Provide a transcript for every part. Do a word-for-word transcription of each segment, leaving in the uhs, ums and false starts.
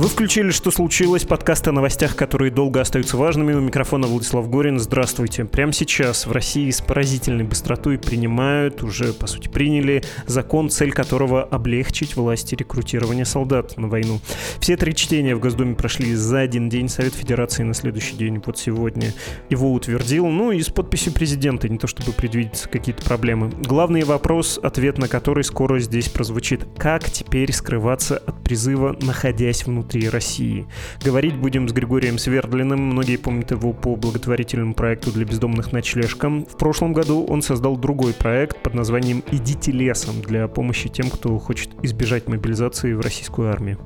Вы включили «Что случилось?» Подкаст о новостях, которые долго остаются важными. У микрофона Владислав Горин. Здравствуйте. Прямо сейчас в России с поразительной быстротой принимают, уже по сути приняли, закон, цель которого облегчить власти рекрутирования солдат на войну. Все три чтения в Госдуме прошли за один день. Совет Федерации на следующий день, вот сегодня, его утвердил. Ну и с подписью президента, не то чтобы предвидятся какие-то проблемы. Главный вопрос, ответ на который скоро здесь прозвучит. Как теперь скрываться от призыва, находясь внутри России? Говорить будем с Григорием Свердлиным. Многие помнят его по благотворительному проекту для бездомных «Ночлежка». В прошлом году он создал другой проект под названием «Идите лесом» для помощи тем, кто хочет избежать мобилизации в российскую армию.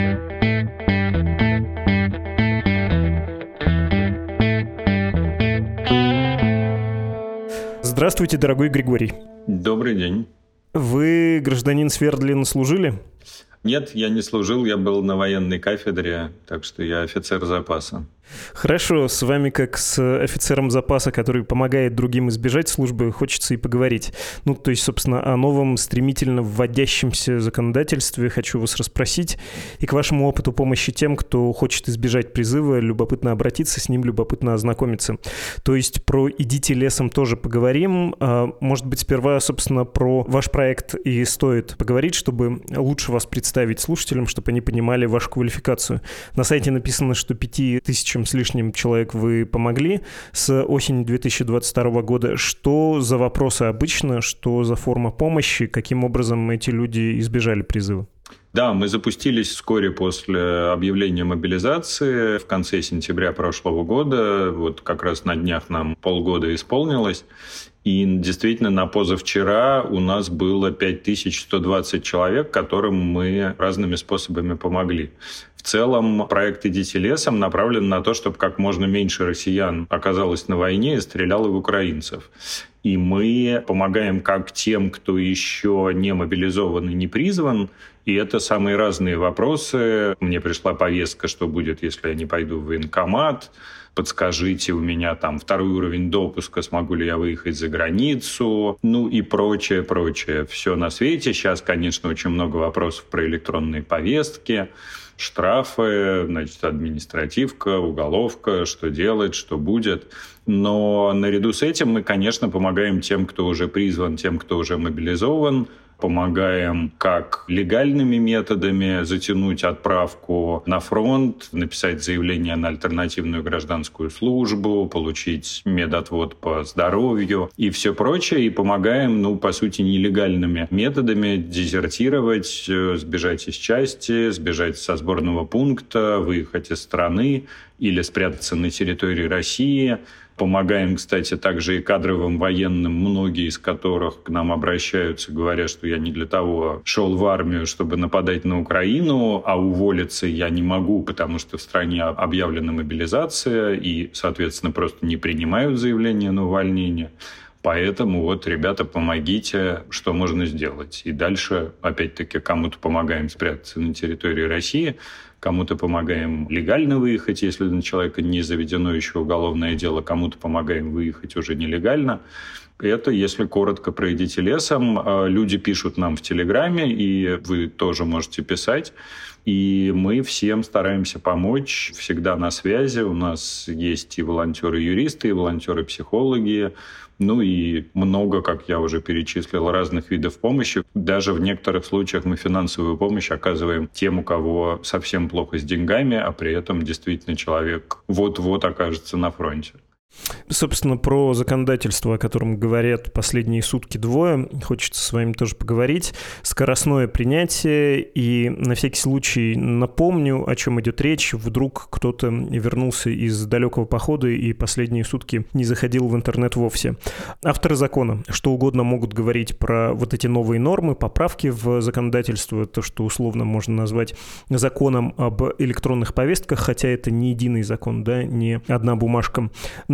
Здравствуйте, дорогой Григорий. Добрый день. Вы, гражданин Свердлин, служили? Нет, я не служил, я был на военной кафедре, так что я офицер запаса. Хорошо, с вами как с офицером запаса, который помогает другим избежать службы, хочется и поговорить. Ну, то есть, собственно, о новом стремительно вводящемся законодательстве хочу вас расспросить. И к вашему опыту помощи тем, кто хочет избежать призыва, любопытно обратиться, с ним любопытно ознакомиться. То есть про «Идите лесом» тоже поговорим. Может быть, сперва, собственно, про ваш проект и стоит поговорить, чтобы лучше вас представить слушателям, чтобы они понимали вашу квалификацию. На сайте написано, что пяти тысячам с лишним человек вы помогли с осени две тысячи двадцать второго года. Что за вопросы обычно, что за форма помощи, каким образом эти люди избежали призыва? Да, мы запустились вскоре после объявления мобилизации в конце сентября прошлого года. Вот как раз на днях нам полгода исполнилось. И действительно, на позавчера у нас было пять тысяч сто двадцать человек, которым мы разными способами помогли. В целом, проект «Идите лесом» направлен на то, чтобы как можно меньше россиян оказалось на войне и стреляло в украинцев. И мы помогаем как тем, кто еще не мобилизован и не призван. И это самые разные вопросы. Мне пришла повестка, что будет, если я не пойду в военкомат. Подскажите, у меня там второй уровень допуска, смогу ли я выехать за границу, ну и прочее, прочее. Все на свете. Сейчас, конечно, очень много вопросов про электронные повестки, штрафы, значит, административка, уголовка, что делать, что будет. Но наряду с этим мы, конечно, помогаем тем, кто уже призван, тем, кто уже мобилизован. Помогаем как легальными методами затянуть отправку на фронт, написать заявление на альтернативную гражданскую службу, получить медотвод по здоровью и все прочее. И помогаем, ну, по сути, нелегальными методами дезертировать, сбежать из части, сбежать со сборного пункта, выехать из страны или спрятаться на территории России. Помогаем, кстати, также и кадровым военным, многие из которых к нам обращаются, говорят, что я не для того шел в армию, чтобы нападать на Украину, а уволиться я не могу, потому что в стране объявлена мобилизация и, соответственно, просто не принимают заявление на увольнение. Поэтому вот, ребята, помогите, что можно сделать. И дальше, опять-таки, кому-то помогаем спрятаться на территории России, кому-то помогаем легально выехать, если на человека не заведено еще уголовное дело, кому-то помогаем выехать уже нелегально. Это, если коротко про «Идите лесом». Люди пишут нам в Телеграме, и вы тоже можете писать. И мы всем стараемся помочь, всегда на связи. У нас есть и волонтеры-юристы, и волонтеры-психологи, ну и много, как я уже перечислил, разных видов помощи. Даже в некоторых случаях мы финансовую помощь оказываем тем, у кого совсем плохо с деньгами, а при этом действительно человек вот-вот окажется на фронте. Собственно, про законодательство, о котором говорят последние сутки двое, хочется с вами тоже поговорить. Скоростное принятие, и на всякий случай напомню, о чем идет речь. Вдруг кто-то вернулся из далекого похода и последние сутки не заходил в интернет вовсе. Авторы закона что угодно могут говорить про вот эти новые нормы, поправки в законодательство, то, что условно можно назвать законом об электронных повестках, хотя это не единый закон, да, не одна бумажка. Но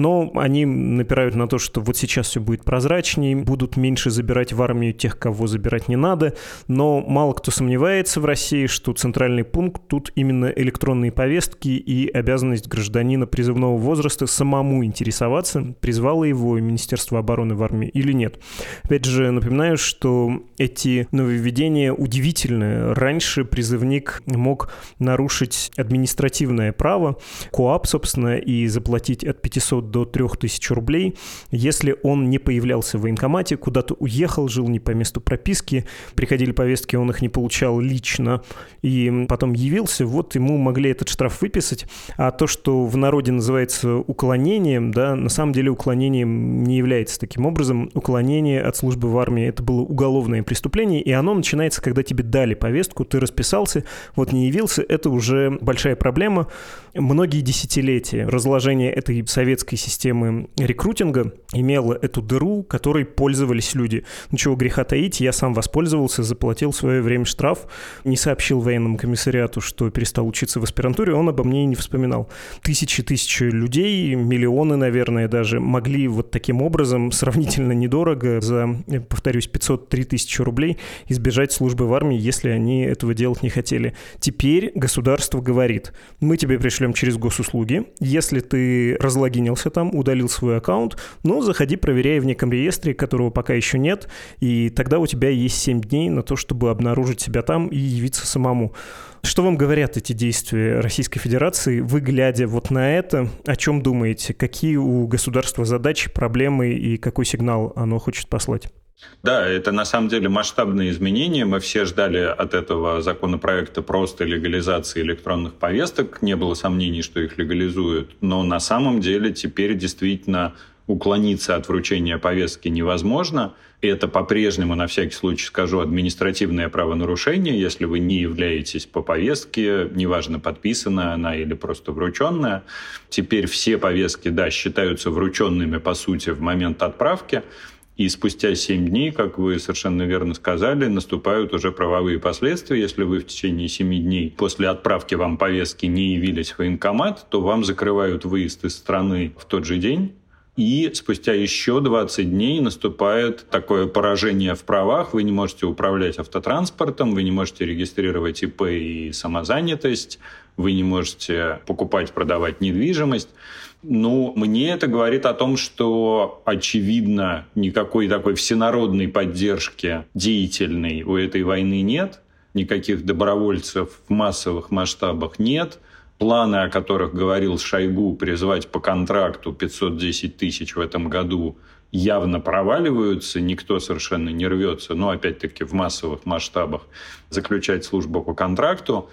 Но они напирают на то, что вот сейчас все будет прозрачнее, будут меньше забирать в армию тех, кого забирать не надо. Но мало кто сомневается в России, что центральный пункт тут именно электронные повестки и обязанность гражданина призывного возраста самому интересоваться, призвало его Министерство обороны в армию или нет. Опять же, напоминаю, что эти нововведения удивительны. Раньше призывник мог нарушить административное право, КоАП, собственно, и заплатить от пятисот до трёх тысяч рублей, если он не появлялся в военкомате, куда-то уехал, жил не по месту прописки, приходили повестки, он их не получал лично, и потом явился, вот ему могли этот штраф выписать. А то, что в народе называется уклонением, да, на самом деле уклонением не является таким образом. Уклонение от службы в армии — это было уголовное преступление, и оно начинается, когда тебе дали повестку, ты расписался, вот не явился, это уже большая проблема. Многие десятилетия разложение этой советской системы рекрутинга имело эту дыру, которой пользовались люди. Ну чего греха таить, я сам воспользовался, заплатил в свое время штраф, не сообщил военному комиссариату, что перестал учиться в аспирантуре, он обо мне и не вспоминал. Тысячи-тысячи людей, миллионы, наверное, даже могли вот таким образом сравнительно недорого за, повторюсь, пятьсот три тысячи рублей избежать службы в армии, если они этого делать не хотели. Теперь государство говорит: мы тебе пришлем через госуслуги, если ты разлогинился там, удалил свой аккаунт, ну, заходи, проверяй в неком реестре, которого пока еще нет, и тогда у тебя есть семь дней на то, чтобы обнаружить себя там и явиться самому. Что вам говорят эти действия Российской Федерации? Вы, глядя вот на это, о чем думаете? Какие у государства задачи, проблемы и какой сигнал оно хочет послать? Да, это на самом деле масштабные изменения. Мы все ждали от этого законопроекта просто легализации электронных повесток. Не было сомнений, что их легализуют. Но на самом деле теперь действительно уклониться от вручения повестки невозможно. И это по-прежнему, на всякий случай скажу, административное правонарушение, если вы не являетесь по повестке, неважно, подписана она или просто врученная. Теперь все повестки, да, считаются врученными, по сути, в момент отправки. И спустя семь дней, как вы совершенно верно сказали, наступают уже правовые последствия. Если вы в течение семи дней после отправки вам повестки не явились в военкомат, то вам закрывают выезд из страны в тот же день. И спустя еще двадцать дней наступает такое поражение в правах. Вы не можете управлять автотранспортом, вы не можете регистрировать ИП и самозанятость, вы не можете покупать, продавать недвижимость. Ну, мне это говорит о том, что, очевидно, никакой такой всенародной поддержки деятельной у этой войны нет, никаких добровольцев в массовых масштабах нет. Планы, о которых говорил Шойгу, призвать по контракту пятьсот десять тысяч в этом году, явно проваливаются, никто совершенно не рвется, но опять-таки в массовых масштабах заключать службу по контракту.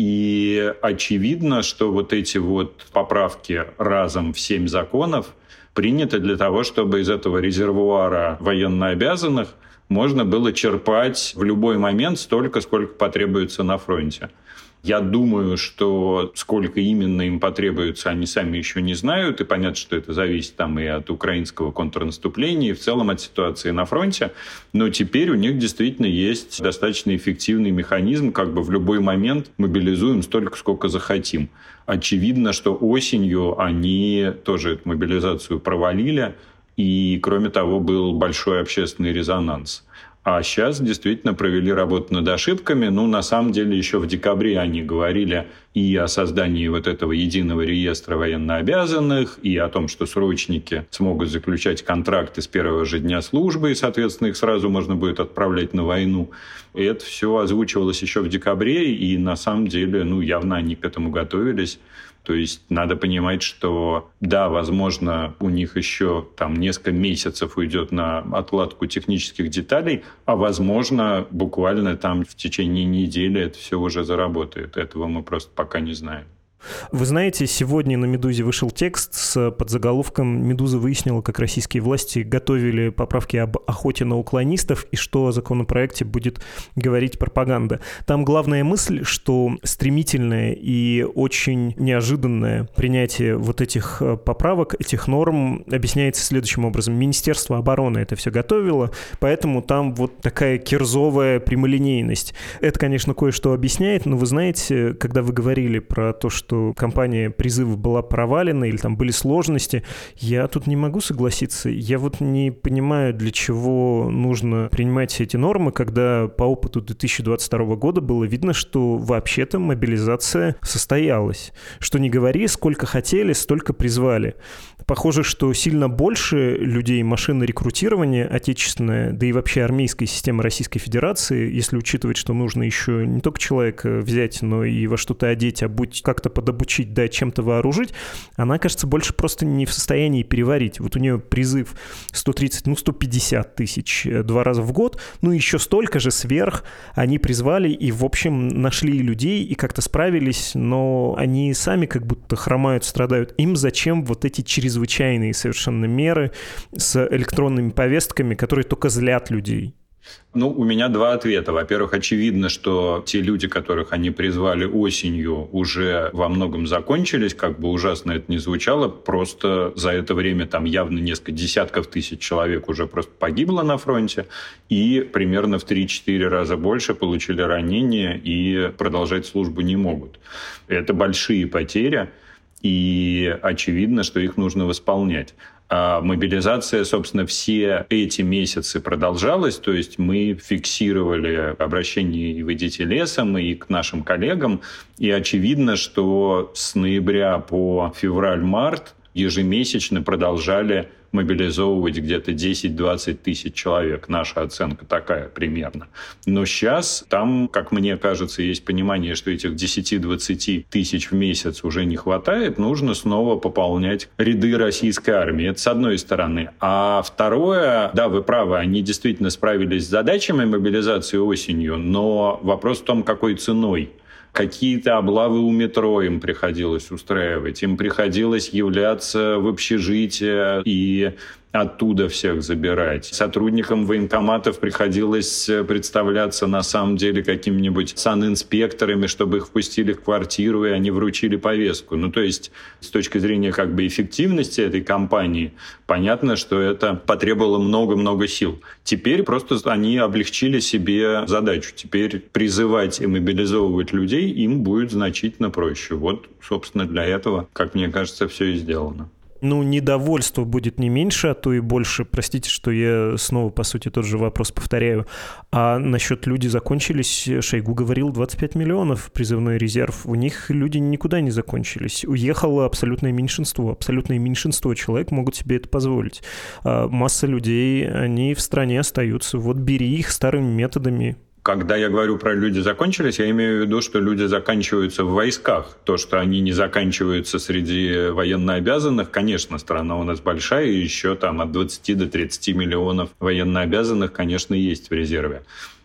И очевидно, что вот эти вот поправки разом в семь законов приняты для того, чтобы из этого резервуара военнообязанных можно было черпать в любой момент столько, сколько потребуется на фронте. Я думаю, что сколько именно им потребуется, они сами еще не знают. И понятно, что это зависит там и от украинского контрнаступления, и в целом от ситуации на фронте. Но теперь у них действительно есть достаточно эффективный механизм, как бы в любой момент мобилизуем столько, сколько захотим. Очевидно, что осенью они тоже эту мобилизацию провалили. И, кроме того, был большой общественный резонанс. А сейчас действительно провели работу над ошибками. Ну, на самом деле, еще в декабре они говорили и о создании вот этого единого реестра военнообязанных, и о том, что срочники смогут заключать контракты с первого же дня службы, и, соответственно, их сразу можно будет отправлять на войну. И это все озвучивалось еще в декабре, и на самом деле, ну, явно они к этому готовились. То есть надо понимать, что да, возможно, у них еще там несколько месяцев уйдет на отладку технических деталей, а возможно, буквально там в течение недели это все уже заработает. Этого мы просто пока не знаем. Вы знаете, сегодня на «Медузе» вышел текст с подзаголовком «Медуза выяснила, как российские власти готовили поправки об охоте на уклонистов и что о законопроекте будет говорить пропаганда». Там главная мысль, что стремительное и очень неожиданное принятие вот этих поправок, этих норм объясняется следующим образом. Министерство обороны это все готовило, поэтому там вот такая кирзовая прямолинейность. Это, конечно, кое-что объясняет, но вы знаете, когда вы говорили про то, что что кампания призыва была провалена или там были сложности, я тут не могу согласиться. Я вот не понимаю, для чего нужно принимать эти нормы, когда по опыту две тысячи двадцать второго года было видно, что вообще-то мобилизация состоялась. Что не говори, сколько хотели, столько призвали. Похоже, что сильно больше людей машины рекрутирования отечественная, да и вообще армейская система Российской Федерации, если учитывать, что нужно еще не только человека взять, но и во что-то одеть, а будь как-то подобучить, да, чем-то вооружить, она, кажется, больше просто не в состоянии переварить. Вот у нее призыв сто тридцать, ну, сто пятьдесят тысяч два раза в год, ну, еще столько же сверх они призвали и, в общем, нашли людей и как-то справились, но они сами как будто хромают, страдают. Им зачем вот эти через чрезвычайные совершенно меры с электронными повестками, которые только злят людей? Ну, у меня два ответа. Во-первых, очевидно, что те люди, которых они призвали осенью, уже во многом закончились, как бы ужасно это ни звучало, просто за это время там явно несколько десятков тысяч человек уже просто погибло на фронте, и примерно в три-четыре раза больше получили ранения и продолжать службу не могут. Это большие потери, и очевидно, что их нужно восполнять. А мобилизация, собственно, все эти месяцы продолжалась, то есть мы фиксировали обращение и в «Идите лесом», и к нашим коллегам, и очевидно, что с ноября по февраль-март ежемесячно продолжали мобилизовывать где-то десять-двадцать тысяч человек. Наша оценка такая примерно. Но сейчас там, как мне кажется, есть понимание, что этих десять-двадцать тысяч в месяц уже не хватает. Нужно снова пополнять ряды российской армии. Это с одной стороны. А второе, да, вы правы, они действительно справились с задачами мобилизации осенью, но вопрос в том, какой ценой. Какие-то облавы у метро им приходилось устраивать, им приходилось являться в общежитие и оттуда всех забирать. Сотрудникам военкоматов приходилось представляться на самом деле какими-нибудь санинспекторами, чтобы их впустили в квартиру, и они вручили повестку. Ну, то есть, с точки зрения как бы эффективности этой кампании, понятно, что это потребовало много-много сил. Теперь просто они облегчили себе задачу. Теперь призывать и мобилизовывать людей им будет значительно проще. Вот, собственно, для этого, как мне кажется, все и сделано. Ну, недовольство будет не меньше, а то и больше. Простите, что я снова, по сути, тот же вопрос повторяю. А насчет люди закончились, Шойгу говорил, двадцать пять миллионов призывной резерв. У них люди никуда не закончились. Уехало абсолютное меньшинство. Абсолютное меньшинство человек могут себе это позволить. А масса людей, они в стране остаются. Вот бери их старыми методами. Когда я говорю про «люди закончились», я имею в виду, что люди заканчиваются в войсках. То, что они не заканчиваются среди военнообязанных, конечно, страна у нас большая, и еще там от двадцати до тридцати миллионов военнообязанных, конечно, есть в резерве.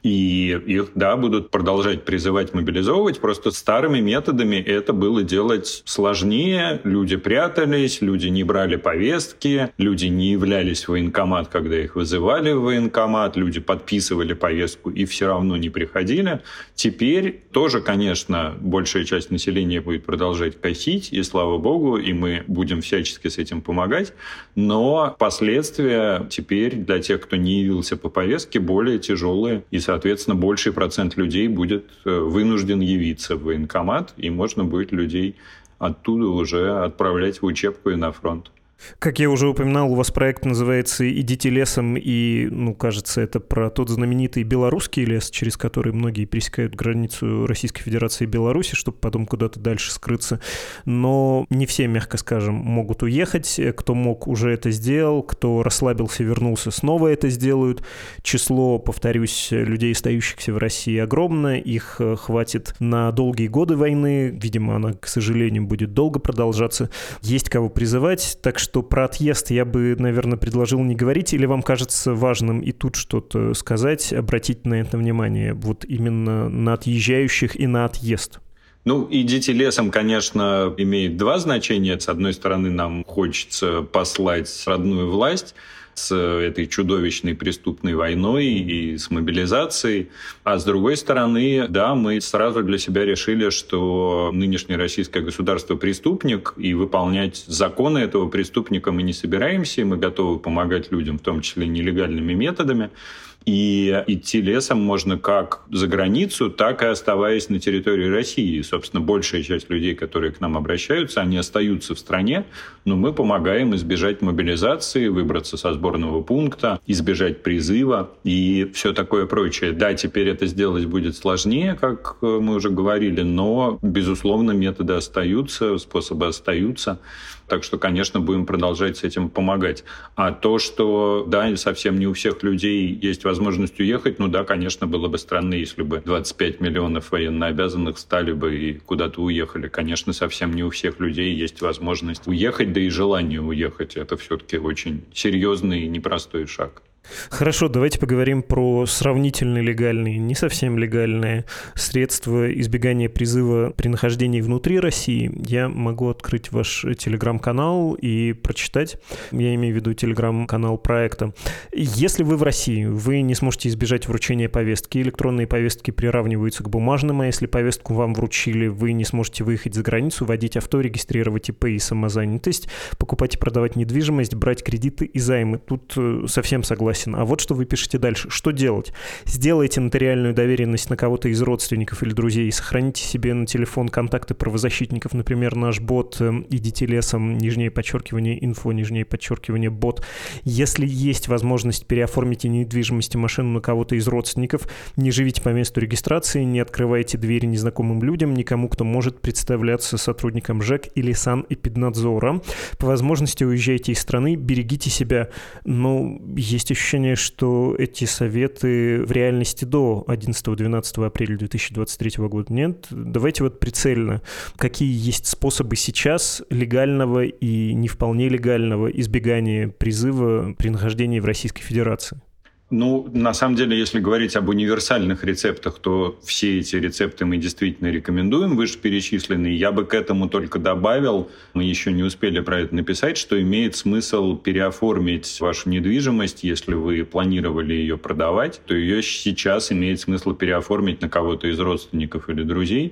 И их, да, будут продолжать призывать мобилизовывать, просто старыми методами это было делать сложнее. Люди прятались, люди не брали повестки, люди не являлись в военкомат, когда их вызывали в военкомат, люди подписывали повестку и все равно не приходили. Теперь тоже, конечно, большая часть населения будет продолжать косить, и слава богу, и мы будем всячески с этим помогать, но последствия теперь для тех, кто не явился по повестке, более тяжелые, и соответственно, больший процент людей будет вынужден явиться в военкомат, и можно будет людей оттуда уже отправлять в учебку и на фронт. Как я уже упоминал, у вас проект называется «Идите лесом», и, ну, кажется, это про тот знаменитый белорусский лес, через который многие пересекают границу Российской Федерации и Беларуси, чтобы потом куда-то дальше скрыться. Но не все, мягко скажем, могут уехать. Кто мог, уже это сделал. Кто расслабился, вернулся, снова это сделают. Число, повторюсь, людей, остающихся в России, огромное. Их хватит на долгие годы войны. Видимо, она, к сожалению, будет долго продолжаться. Есть кого призывать, так что что про отъезд я бы, наверное, предложил не говорить, или вам кажется важным и тут что-то сказать, обратить на это внимание, вот именно на отъезжающих и на отъезд? Ну, «Идите лесом», конечно, имеет два значения. С одной стороны, нам хочется послать родную власть с этой чудовищной преступной войной и с мобилизацией. А с другой стороны, да, мы сразу для себя решили, что нынешнее российское государство преступник, и выполнять законы этого преступника мы не собираемся, и мы готовы помогать людям, в том числе нелегальными методами. И идти лесом можно как за границу, так и оставаясь на территории России. И, собственно, большая часть людей, которые к нам обращаются, они остаются в стране, но мы помогаем избежать мобилизации, выбраться со сборного пункта, избежать призыва и все такое прочее. Да, теперь это сделать будет сложнее, как мы уже говорили, но, безусловно, методы остаются, способы остаются. Так что, конечно, будем продолжать с этим помогать. А то, что, да, совсем не у всех людей есть возможность уехать, ну да, конечно, было бы странно, если бы двадцать пять миллионов военнообязанных стали бы и куда-то уехали. Конечно, совсем не у всех людей есть возможность уехать, да и желание уехать. Это все-таки очень серьезный и непростой шаг. Хорошо, давайте поговорим про сравнительно легальные, не совсем легальные средства избегания призыва при нахождении внутри России. Я могу открыть ваш телеграм-канал и прочитать. Я имею в виду телеграм-канал проекта. Если вы в России, вы не сможете избежать вручения повестки. Электронные повестки приравниваются к бумажным, а если повестку вам вручили, вы не сможете выехать за границу, водить авто, регистрировать ИП и самозанятость, покупать и продавать недвижимость, брать кредиты и займы. Тут совсем согласен. А вот что вы пишете дальше. Что делать? Сделайте нотариальную доверенность на кого-то из родственников или друзей, сохраните себе на телефон контакты правозащитников, например, наш бот «Идите лесом», нижнее подчеркивание, инфо, нижнее подчеркивание, бот. Если есть возможность, переоформите недвижимость и машину на кого-то из родственников, не живите по месту регистрации, не открывайте двери незнакомым людям, никому, кто может представляться сотрудником ЖЭК или санэпиднадзора. По возможности уезжайте из страны, берегите себя. Но есть ощущение, что эти советы в реальности до одиннадцатого-двенадцатого апреля две тысячи двадцать третьего года нет. Давайте вот прицельно. Какие есть способы сейчас легального и не вполне легального избегания призыва при нахождении в Российской Федерации? Ну, на самом деле, если говорить об универсальных рецептах, то все эти рецепты мы действительно рекомендуем, вышеперечисленные. Я бы к этому только добавил, мы еще не успели про это написать, что имеет смысл переоформить вашу недвижимость, если вы планировали ее продавать, то ее сейчас имеет смысл переоформить на кого-то из родственников или друзей,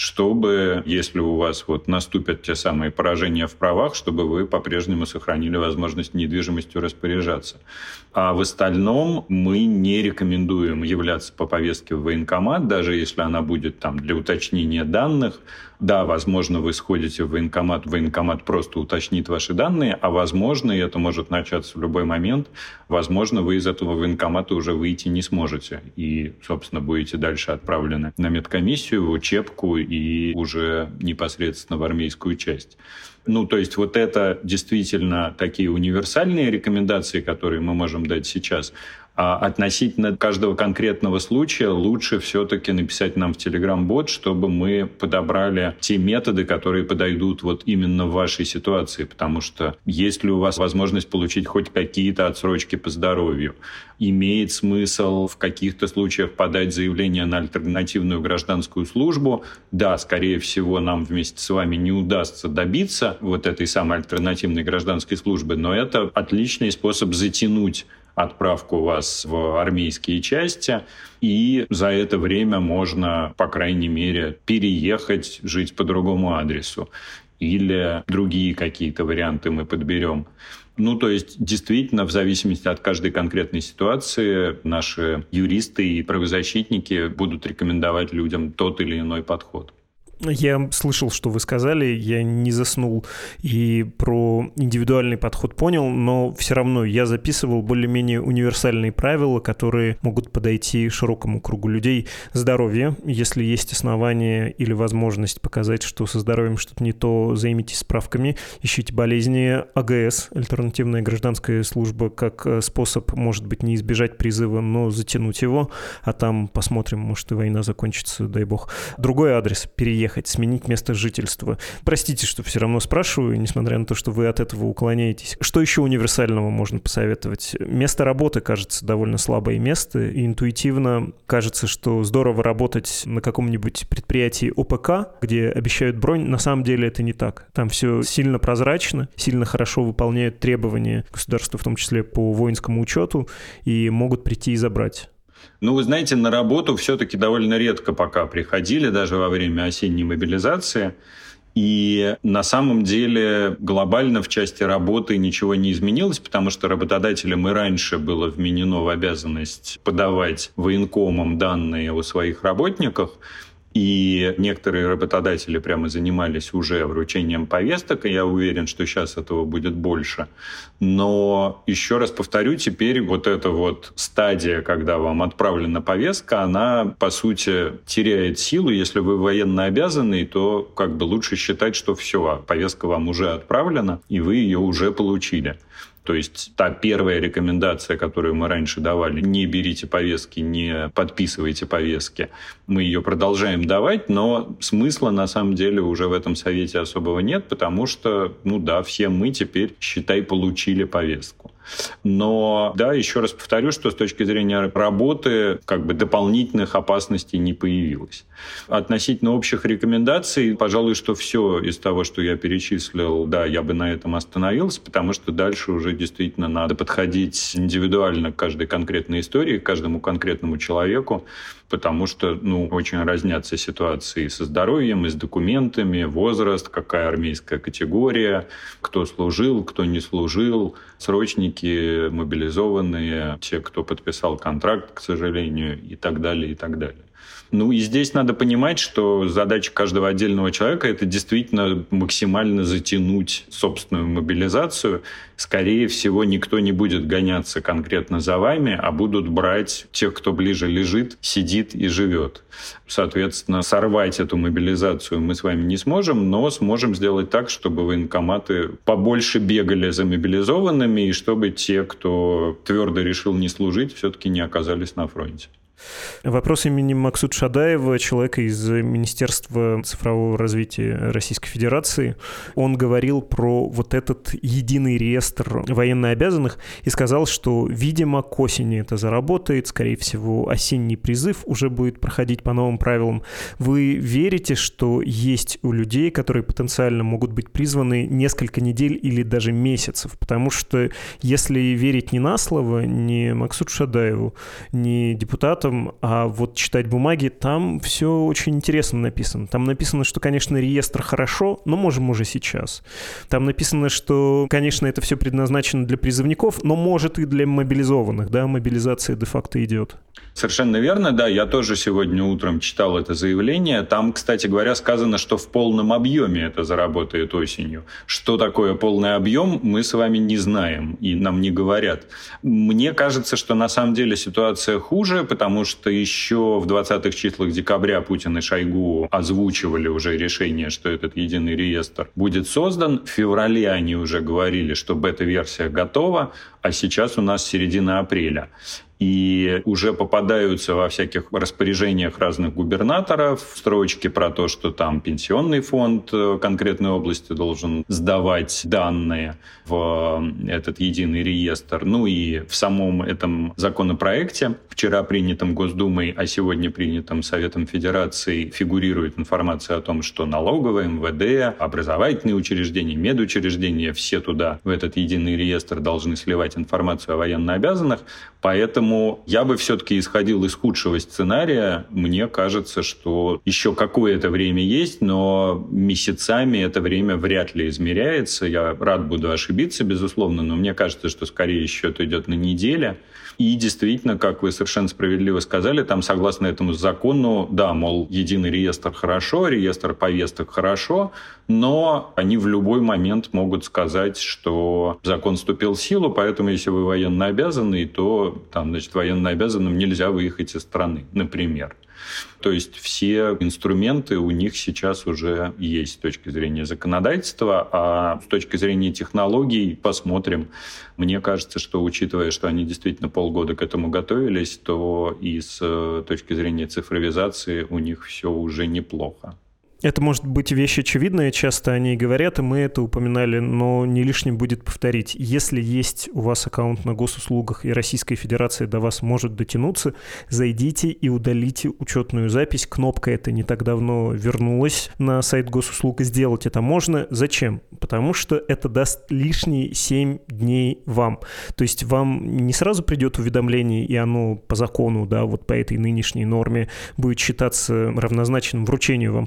чтобы, если у вас вот наступят те самые поражения в правах, чтобы вы по-прежнему сохранили возможность недвижимостью распоряжаться. А в остальном мы не рекомендуем являться по повестке в военкомат, даже если она будет там для уточнения данных. Да, возможно, вы сходите в военкомат, военкомат просто уточнит ваши данные, а возможно, и это может начаться в любой момент, возможно, вы из этого военкомата уже выйти не сможете. И, собственно, будете дальше отправлены на медкомиссию, в учебку и уже непосредственно в армейскую часть. Ну, то есть вот это действительно такие универсальные рекомендации, которые мы можем дать сейчас. А относительно каждого конкретного случая лучше все-таки написать нам в Telegram-бот, чтобы мы подобрали те методы, которые подойдут вот именно в вашей ситуации. Потому что есть ли у вас возможность получить хоть какие-то отсрочки по здоровью, имеет смысл в каких-то случаях подать заявление на альтернативную гражданскую службу. Да, скорее всего, нам вместе с вами не удастся добиться вот этой самой альтернативной гражданской службы, но это отличный способ затянуть отправку вас в армейские части, и за это время можно, по крайней мере, переехать, жить по другому адресу. Или другие какие-то варианты мы подберем. Ну, то есть, действительно, в зависимости от каждой конкретной ситуации, наши юристы и правозащитники будут рекомендовать людям тот или иной подход. Я слышал, что вы сказали, я не заснул и про индивидуальный подход понял, но все равно я записывал более-менее универсальные правила, которые могут подойти широкому кругу людей. Здоровье, если есть основания или возможность показать, что со здоровьем что-то не то, займитесь справками, ищите болезни. АГС, альтернативная гражданская служба, как способ, может быть, не избежать призыва, но затянуть его, а там посмотрим, может и война закончится, дай бог. Другой адрес — переехать, сменить место жительства. Простите, что все равно спрашиваю, несмотря на то, что вы от этого уклоняетесь. Что еще универсального можно посоветовать? Место работы, кажется, довольно слабое место, и интуитивно кажется, что здорово работать на каком-нибудь предприятии ОПК, где обещают бронь. На самом деле это не так. Там все сильно прозрачно, сильно хорошо выполняют требования государства, в том числе по воинскому учету, и могут прийти и забрать. Ну, вы знаете, на работу все-таки довольно редко пока приходили, даже во время осенней мобилизации. И на самом деле глобально в части работы ничего не изменилось, потому что работодателям и раньше было вменено в обязанность подавать военкомам данные о своих работниках. И некоторые работодатели прямо занимались уже вручением повесток, и я уверен, что сейчас этого будет больше. Но еще раз повторю, теперь вот эта вот стадия, когда вам отправлена повестка, она, по сути, теряет силу. Если вы военнообязанный, то как бы лучше считать, что все, повестка вам уже отправлена, и вы ее уже получили. То есть та первая рекомендация, которую мы раньше давали, не берите повестки, не подписывайте повестки, мы ее продолжаем давать, но смысла на самом деле уже в этом совете особого нет, потому что, ну да, все мы теперь, считай, получили повестку. Но, да, еще раз повторю, что с точки зрения работы как бы дополнительных опасностей не появилось. Относительно общих рекомендаций, пожалуй, что все из того, что я перечислил, да, я бы на этом остановился, потому что дальше уже действительно надо подходить индивидуально к каждой конкретной истории, к каждому конкретному человеку, потому что, ну, очень разнятся ситуации со здоровьем, и с документами, возраст, какая армейская категория, кто служил, кто не служил, срочники, мобилизованные, те, кто подписал контракт, к сожалению, и так далее, и так далее. Ну и здесь надо понимать, что задача каждого отдельного человека – это действительно максимально затянуть собственную мобилизацию. Скорее всего, никто не будет гоняться конкретно за вами, а будут брать тех, кто ближе лежит, сидит и живет. Соответственно, сорвать эту мобилизацию мы с вами не сможем, но сможем сделать так, чтобы военкоматы побольше бегали за мобилизованными, и чтобы те, кто твердо решил не служить, все-таки не оказались на фронте. Вопрос имени Максута Шадаева, человека из Министерства цифрового развития Российской Федерации. Он говорил про вот этот единый реестр военнообязанных и сказал, что, видимо, к осени это заработает, скорее всего, осенний призыв уже будет проходить по новым правилам. Вы верите, что есть у людей, которые потенциально могут быть призваны несколько недель или даже месяцев? Потому что если верить не на слово, не Максуту Шадаеву, не депутатам, а вот читать бумаги, там все очень интересно написано. Там написано, что, конечно, реестр хорошо, но можем уже сейчас. Там написано, что, конечно, это все предназначено для призывников, но может и для мобилизованных, да, мобилизация де-факто идет. Совершенно верно, да, я тоже сегодня утром читал это заявление. Там, кстати говоря, сказано, что в полном объеме это заработает осенью. Что такое полный объем, мы с вами не знаем и нам не говорят. Мне кажется, что на самом деле ситуация хуже, потому что еще в двадцатых числах декабря Путин и Шойгу озвучивали уже решение, что этот единый реестр будет создан. В феврале они уже говорили, что бета-версия готова, а сейчас у нас середина апреля. И уже попадаются во всяких распоряжениях разных губернаторов строчки про то, что там пенсионный фонд конкретной области должен сдавать данные в этот единый реестр. Ну и в самом этом законопроекте, вчера принятом Госдумой, а сегодня принятом Советом Федерации, фигурирует информация о том, что налоговые, эм вэ дэ, образовательные учреждения, медучреждения, все туда, в этот единый реестр, должны сливать информацию о военнообязанных. Поэтому я бы все-таки исходил из худшего сценария. Мне кажется, что еще какое-то время есть, но месяцами это время вряд ли измеряется. Я рад буду ошибиться, безусловно, но мне кажется, что скорее счет идет на неделе. И действительно, как вы совершенно справедливо сказали, там, согласно этому закону, да, мол, единый реестр хорошо, реестр повесток хорошо, но они в любой момент могут сказать, что закон вступил в силу, поэтому если вы военнообязанный, то там, значит, военнообязанным нельзя выехать из страны, например. То есть все инструменты у них сейчас уже есть с точки зрения законодательства, а с точки зрения технологий посмотрим. Мне кажется, что учитывая, что они действительно полгода к этому готовились, то и с точки зрения цифровизации у них все уже неплохо. Это может быть вещь очевидная, часто они и говорят, и мы это упоминали, но не лишним будет повторить. Если есть у вас аккаунт на госуслугах, и Российская Федерация до вас может дотянуться, зайдите и удалите учетную запись. Кнопка эта не так давно вернулась на сайт госуслуг. Сделать это можно. Зачем? Потому что это даст лишние семь дней вам. То есть вам не сразу придет уведомление, и оно по закону, да, вот по этой нынешней норме будет считаться равнозначным вручению вам повестки.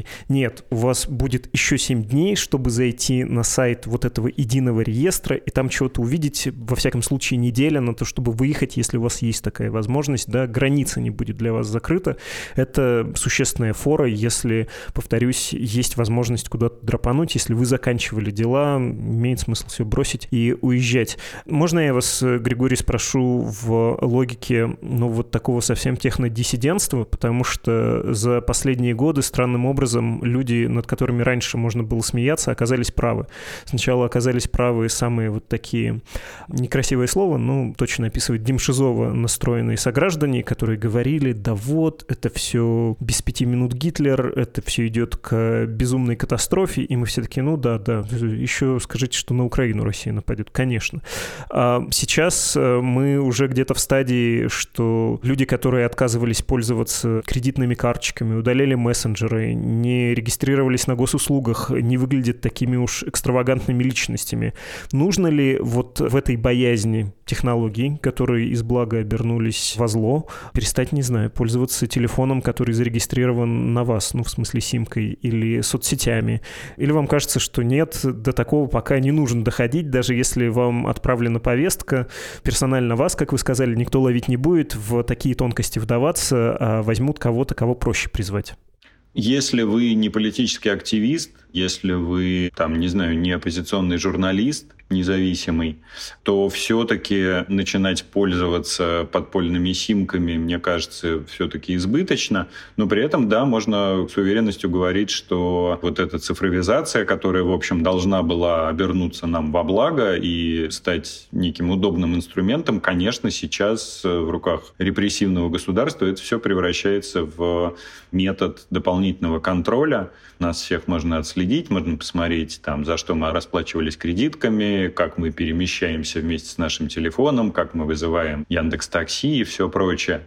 ссылки. Нет, у вас будет еще семь дней, чтобы зайти на сайт вот этого единого реестра и там чего-то увидеть, во всяком случае неделя на то, чтобы выехать, если у вас есть такая возможность, да, граница не будет для вас закрыта. Это существенная фора, если, повторюсь, есть возможность куда-то драпануть, если вы заканчивали дела, имеет смысл все бросить и уезжать. Можно я вас, Григорий, спрошу в логике, ну, вот такого совсем технодиссидентства, потому что за последние годы странным образом люди, над которыми раньше можно было смеяться, оказались правы. Сначала оказались правы самые вот такие, некрасивое слово, но точно описывает демшизово настроенные сограждане, которые говорили, да вот, это все без пяти минут Гитлер, это все идет к безумной катастрофе, и мы все такие, ну да, да, еще скажите, что на Украину Россия нападет, конечно. А сейчас мы уже где-то в стадии, что люди, которые отказывались пользоваться кредитными карточками, удаляли мессенджеры, не регистрировались на госуслугах, не выглядят такими уж экстравагантными личностями. Нужно ли вот в этой боязни технологий, которые из блага обернулись во зло, перестать, не знаю, пользоваться телефоном, который зарегистрирован на вас, ну, в смысле симкой, или соцсетями? Или вам кажется, что нет, до такого пока не нужно доходить, даже если вам отправлена повестка, персонально вас, как вы сказали, никто ловить не будет, в такие тонкости вдаваться, а возьмут кого-то, кого проще призвать? Если вы не политический активист, если вы, там, не знаю, не оппозиционный журналист, независимый, то все-таки начинать пользоваться подпольными симками, мне кажется, все-таки избыточно. Но при этом, да, можно с уверенностью говорить, что вот эта цифровизация, которая, в общем, должна была обернуться нам во благо и стать неким удобным инструментом, конечно, сейчас в руках репрессивного государства это все превращается в метод дополнительного контроля. Нас всех можно отследить, можно посмотреть, там, за что мы расплачивались кредитками, как мы перемещаемся вместе с нашим телефоном, как мы вызываем Яндекс.Такси и все прочее.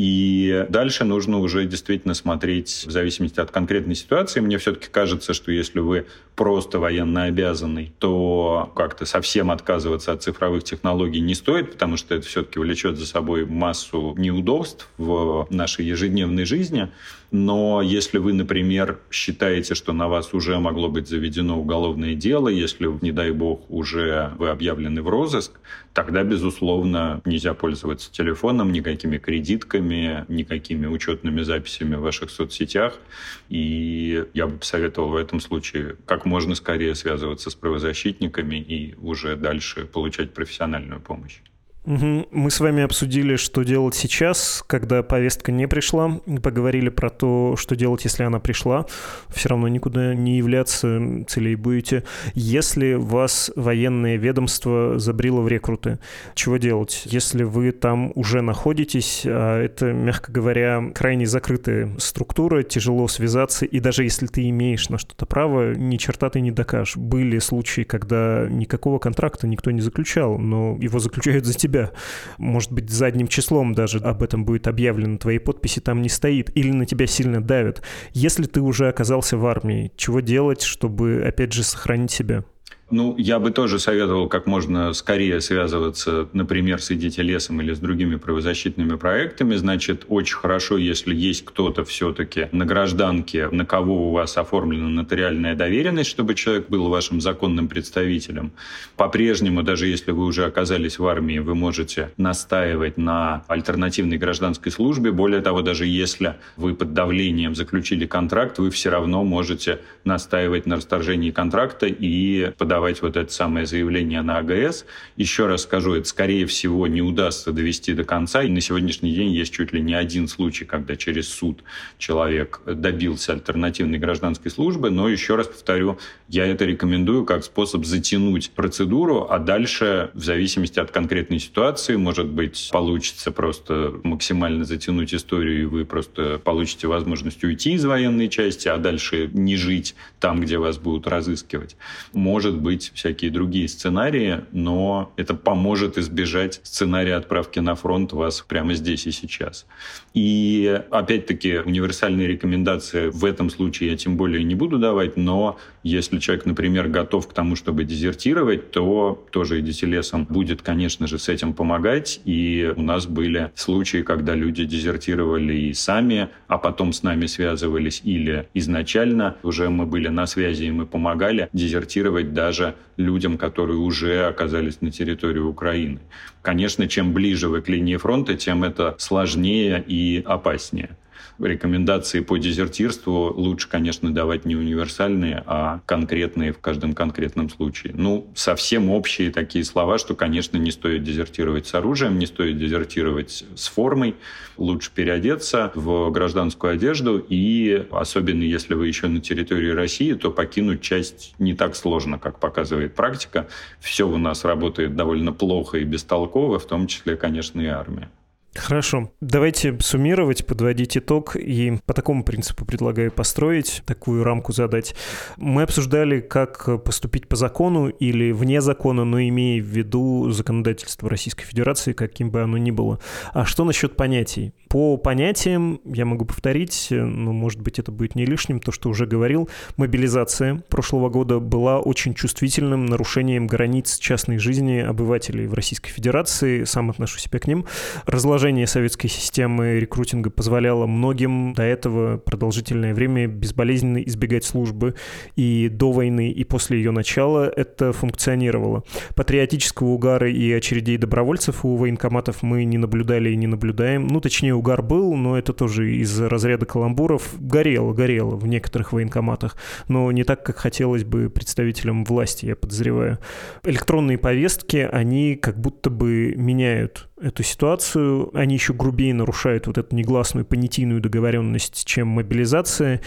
И дальше нужно уже действительно смотреть в зависимости от конкретной ситуации. Мне все-таки кажется, что если вы просто военнообязанный, то как-то совсем отказываться от цифровых технологий не стоит, потому что это все-таки влечет за собой массу неудобств в нашей ежедневной жизни. Но если вы, например, считаете, что на вас уже могло быть заведено уголовное дело, если, не дай бог, уже вы объявлены в розыск, тогда, безусловно, нельзя пользоваться телефоном, никакими кредитками, никакими учетными записями в ваших соцсетях. И я бы посоветовал в этом случае как можно скорее связываться с правозащитниками и уже дальше получать профессиональную помощь. Угу. Мы с вами обсудили, что делать сейчас, когда повестка не пришла. Поговорили про то, что делать, если она пришла. Все равно никуда не являться, целей будете. Если вас военное ведомство забрило в рекруты, чего делать? Если вы там уже находитесь, а это, мягко говоря, крайне закрытая структура, тяжело связаться, и даже если ты имеешь на что-то право, ни черта ты не докажешь. Были случаи, когда никакого контракта никто не заключал, но его заключают за тебя. Может быть, задним числом даже об этом будет объявлено, твоей подписи там не стоит, или на тебя сильно давят. Если ты уже оказался в армии, чего делать, чтобы, опять же, сохранить себя? Ну, я бы тоже советовал как можно скорее связываться, например, с «Идите лесом» или с другими правозащитными проектами. Значит, очень хорошо, если есть кто-то все-таки на гражданке, на кого у вас оформлена нотариальная доверенность, чтобы человек был вашим законным представителем. По-прежнему, даже если вы уже оказались в армии, вы можете настаивать на альтернативной гражданской службе. Более того, даже если вы под давлением заключили контракт, вы все равно можете настаивать на расторжении контракта и подавать вот это самое заявление на АГС. Еще раз скажу, это, скорее всего, не удастся довести до конца. И на сегодняшний день есть чуть ли не один случай, когда через суд человек добился альтернативной гражданской службы. Но, еще раз повторю, я это рекомендую как способ затянуть процедуру, а дальше, в зависимости от конкретной ситуации, может быть, получится просто максимально затянуть историю, и вы просто получите возможность уйти из военной части, а дальше не жить там, где вас будут разыскивать. Может быть, быть всякие другие сценарии, но это поможет избежать сценария отправки на фронт вас прямо здесь и сейчас. И опять-таки универсальные рекомендации в этом случае я тем более не буду давать, но если человек, например, готов к тому, чтобы дезертировать, то тоже Эдиселесом будет, конечно же, с этим помогать. И у нас были случаи, когда люди дезертировали и сами, а потом с нами связывались, или изначально уже мы были на связи и мы помогали дезертировать даже людям, которые уже оказались на территории Украины. Конечно, чем ближе вы к линии фронта, тем это сложнее и опаснее. Рекомендации по дезертирству лучше, конечно, давать не универсальные, а конкретные в каждом конкретном случае. Ну, совсем общие такие слова, что, конечно, не стоит дезертировать с оружием, не стоит дезертировать с формой. Лучше переодеться в гражданскую одежду, и особенно если вы еще на территории России, то покинуть часть не так сложно, как показывает практика. Все у нас работает довольно плохо и бестолково, в том числе, конечно, и армия. Хорошо. Давайте суммировать, подводить итог, и по такому принципу предлагаю построить, такую рамку задать. Мы обсуждали, как поступить по закону или вне закона, но имея в виду законодательство Российской Федерации, каким бы оно ни было. А что насчет понятий? По понятиям, я могу повторить, но, может быть, это будет не лишним, то, что уже говорил, мобилизация прошлого года была очень чувствительным нарушением границ частной жизни обывателей в Российской Федерации, сам отношу себя к ним. Разложение советской системы рекрутинга позволяло многим до этого продолжительное время безболезненно избегать службы, и до войны, и после ее начала это функционировало. Патриотического угара и очередей добровольцев у военкоматов мы не наблюдали и не наблюдаем. Ну, точнее, угар был, но это тоже из разряда каламбуров. Горело, горело в некоторых военкоматах, но не так, как хотелось бы представителям власти, я подозреваю. Электронные повестки, они как будто бы меняют эту ситуацию. Они еще грубее нарушают вот эту негласную понятийную договоренность, чем мобилизация.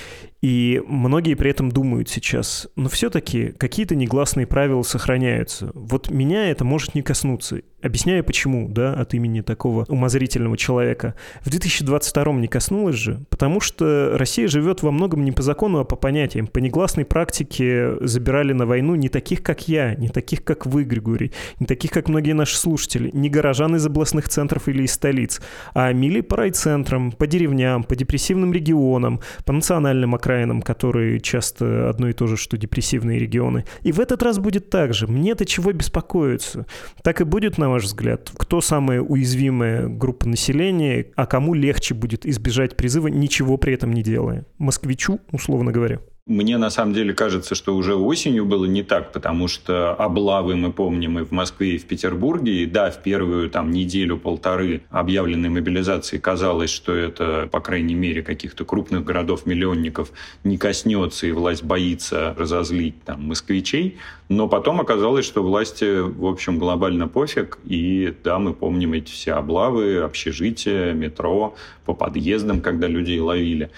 И многие при этом думают сейчас, но все-таки какие-то негласные правила сохраняются. Вот меня это может не коснуться. Объясняю, почему, да, от имени такого умозрительного человека. В две тысячи двадцать втором не коснулось же, потому что Россия живет во многом не по закону, а по понятиям. По негласной практике забирали на войну не таких, как я, не таких, как вы, Григорий, не таких, как многие наши слушатели, не горожан из областных центров или из столиц, а мили по райцентрам, по деревням, по депрессивным регионам, по национальным окраинам, которые часто одно и то же, что депрессивные регионы. И в этот раз будет так же. Мне-то чего беспокоиться? Так и будет, на ваш взгляд? Кто самая уязвимая группа населения, а кому легче будет избежать призыва, ничего при этом не делая? Москвичу, условно говоря. Мне на самом деле кажется, что уже осенью было не так, потому что облавы мы помним и в Москве, и в Петербурге. И да, в первую там неделю-полторы объявленной мобилизации казалось, что это, по крайней мере, каких-то крупных городов-миллионников не коснется, и власть боится разозлить там москвичей. Но потом оказалось, что власти, в общем, глобально пофиг. И да, мы помним эти все облавы, общежития, метро, по подъездам, когда людей ловили.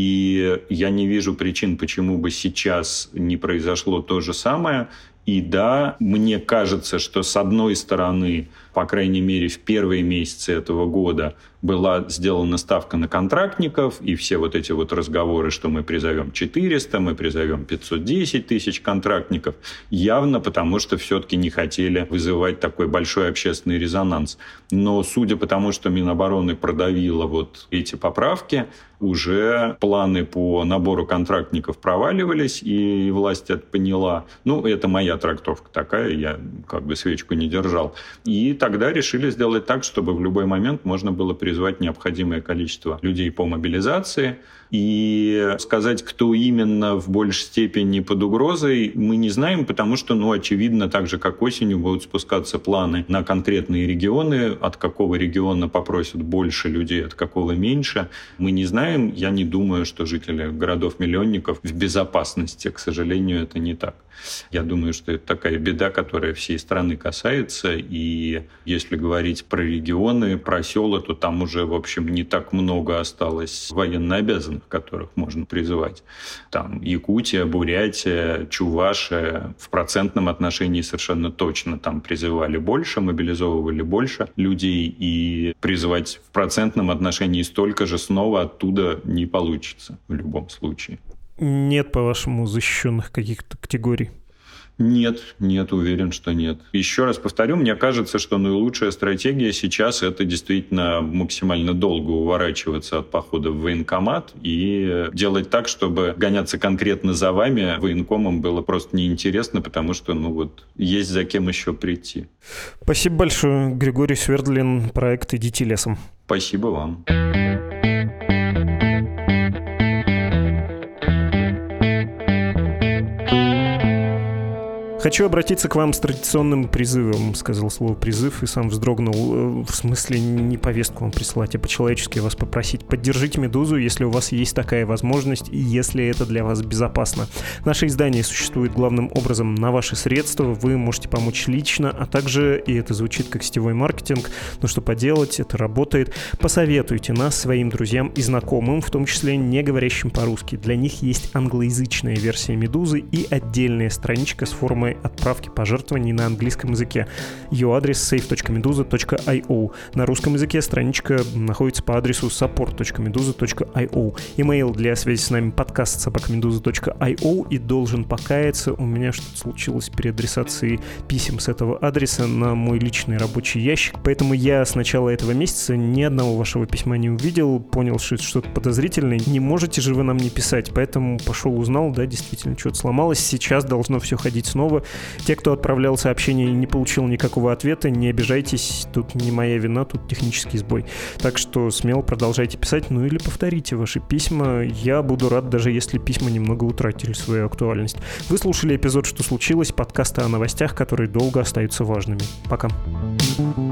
И я не вижу причин, почему бы сейчас не произошло то же самое. И да, мне кажется, что с одной стороны, по крайней мере, в первые месяцы этого года была сделана ставка на контрактников, и все вот эти вот разговоры, что мы призовем четыреста, мы призовем пятьсот десять тысяч контрактников, явно потому, что все-таки не хотели вызывать такой большой общественный резонанс. Но судя по тому, что Минобороны продавило вот эти поправки, уже планы по набору контрактников проваливались, и власть это поняла. Ну, это моя трактовка такая, я как бы свечку не держал. И тогда решили сделать так, чтобы в любой момент можно было призвать необходимое количество людей по мобилизации. И сказать, кто именно в большей степени под угрозой, мы не знаем, потому что, ну, очевидно, так же, как осенью будут спускаться планы на конкретные регионы, от какого региона попросят больше людей, от какого меньше. Мы не знаем. Я не думаю, что жители городов-миллионников в безопасности. К сожалению, это не так. Я думаю, что это такая беда, которая всей страны касается. И если говорить про регионы, про села, то там уже, в общем, не так много осталось военнообязанных, которых можно призывать. Там Якутия, Бурятия, Чувашия в процентном отношении совершенно точно там призывали больше, мобилизовывали больше людей, и призвать в процентном отношении столько же снова оттуда не получится в любом случае. Нет, по-вашему, защищенных каких-то категорий? Нет, нет, уверен, что нет. Еще раз повторю, мне кажется, что наилучшая стратегия сейчас — это действительно максимально долго уворачиваться от похода в военкомат и делать так, чтобы гоняться конкретно за вами военкомом было просто неинтересно, потому что, ну вот, есть за кем еще прийти. Спасибо большое, Григорий Свердлин, проект «Идите лесом». Спасибо вам. «Хочу обратиться к вам с традиционным призывом», — сказал слово «призыв» и сам вздрогнул. В смысле, не повестку вам присылать, а по-человечески вас попросить. Поддержите «Медузу», если у вас есть такая возможность и если это для вас безопасно. Наше издание существует главным образом на ваши средства. Вы можете помочь лично, а также, и это звучит как сетевой маркетинг, но что поделать, это работает. Посоветуйте нас своим друзьям и знакомым, в том числе не говорящим по-русски. Для них есть англоязычная версия «Медузы» и отдельная страничка с формой отправки пожертвований на английском языке. Ее адрес сейв точка медуза точка ай о. На русском языке страничка находится по адресу саппорт точка медуза точка ай о. Имейл для связи с нами подкаст собака медуза точка ай о. И должен покаяться, у меня что-то случилось при адресации писем с этого адреса на мой личный рабочий ящик, поэтому я с начала этого месяца ни одного вашего письма не увидел, понял, что это что-то подозрительное. Не можете же вы нам не писать, поэтому пошел узнал, да, действительно, что-то сломалось. Сейчас должно все ходить снова. Те, кто отправлял сообщение и не получил никакого ответа, не обижайтесь, тут не моя вина, тут технический сбой. Так что смело продолжайте писать, ну или повторите ваши письма. Я буду рад, даже если письма немного утратили свою актуальность. Вы слушали эпизод «Что случилось?» подкаста о новостях, которые долго остаются важными. Пока.